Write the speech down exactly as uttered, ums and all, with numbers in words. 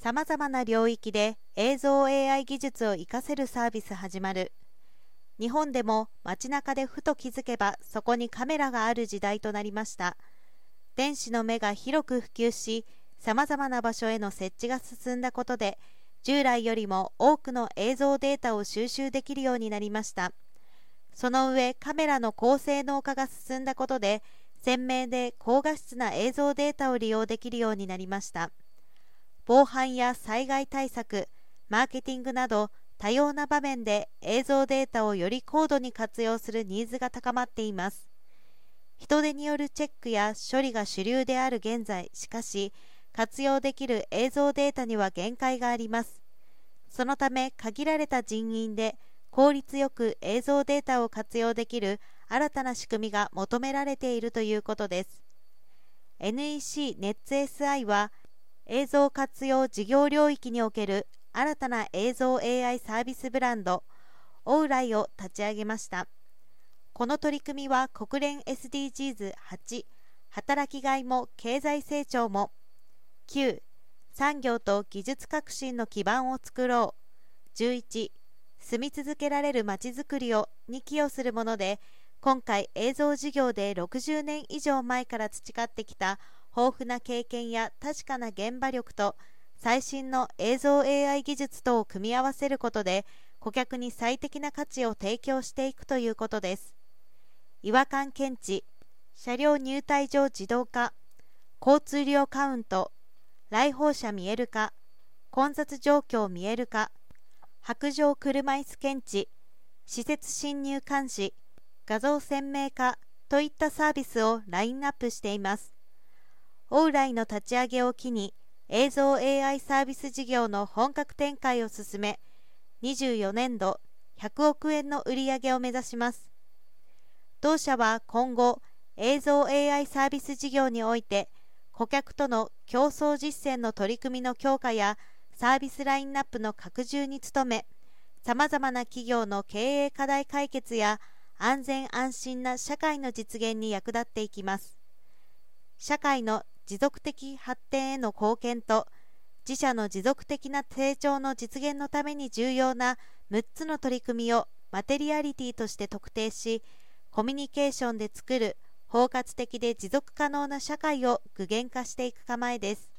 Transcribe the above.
さまざまな領域で映像 エーアイ 技術を活かせるサービス始まる。日本でも街中でふと気づけばそこにカメラがある時代となりました。電子の目が広く普及し、さまざまな場所への設置が進んだことで、従来よりも多くの映像データを収集できるようになりました。その上、カメラの高性能化が進んだことで、鮮明で高画質な映像データを利用できるようになりました。防犯や災害対策、マーケティングなど多様な場面で映像データをより高度に活用するニーズが高まっています。人手によるチェックや処理が主流である現在、しかし活用できる映像データには限界があります。そのため限られた人員で効率よく映像データを活用できる新たな仕組みが求められているということです。 エヌイーシー ネッツ エスアイ は映像活用事業領域における新たな映像 エーアイ サービスブランドオウライを立ち上げました。この取り組みは国連 エスディージーズはち 働きがいも経済成長も、きゅう産業と技術革新の基盤を作ろう、じゅういち住み続けられるまちづくりをに寄与するもので、今回映像事業でろくじゅうねん以上前から培ってきた豊富な経験や確かな現場力と最新の映像 エーアイ 技術とを組み合わせることで顧客に最適な価値を提供していくということです。違和感検知、車両入退場自動化、交通量カウント、来訪者見える化、混雑状況見える化、白状車椅子検知、施設侵入監視、画像鮮明化といったサービスをラインナップしています。オウライの立ち上げを機に映像 エーアイ サービス事業の本格展開を進め、にじゅうよねんどひゃくおくえんの売上を目指します。同社は今後映像 エーアイ サービス事業において顧客との競争実践の取り組みの強化やサービスラインナップの拡充に努め、さまざまな企業の経営課題解決や安全安心な社会の実現に役立っていきます。社会の持続的発展への貢献と自社の持続的な成長の実現のために重要なむっつの取り組みをマテリアリティとして特定し、コミュニケーションで作る包括的で持続可能な社会を具現化していく構えです。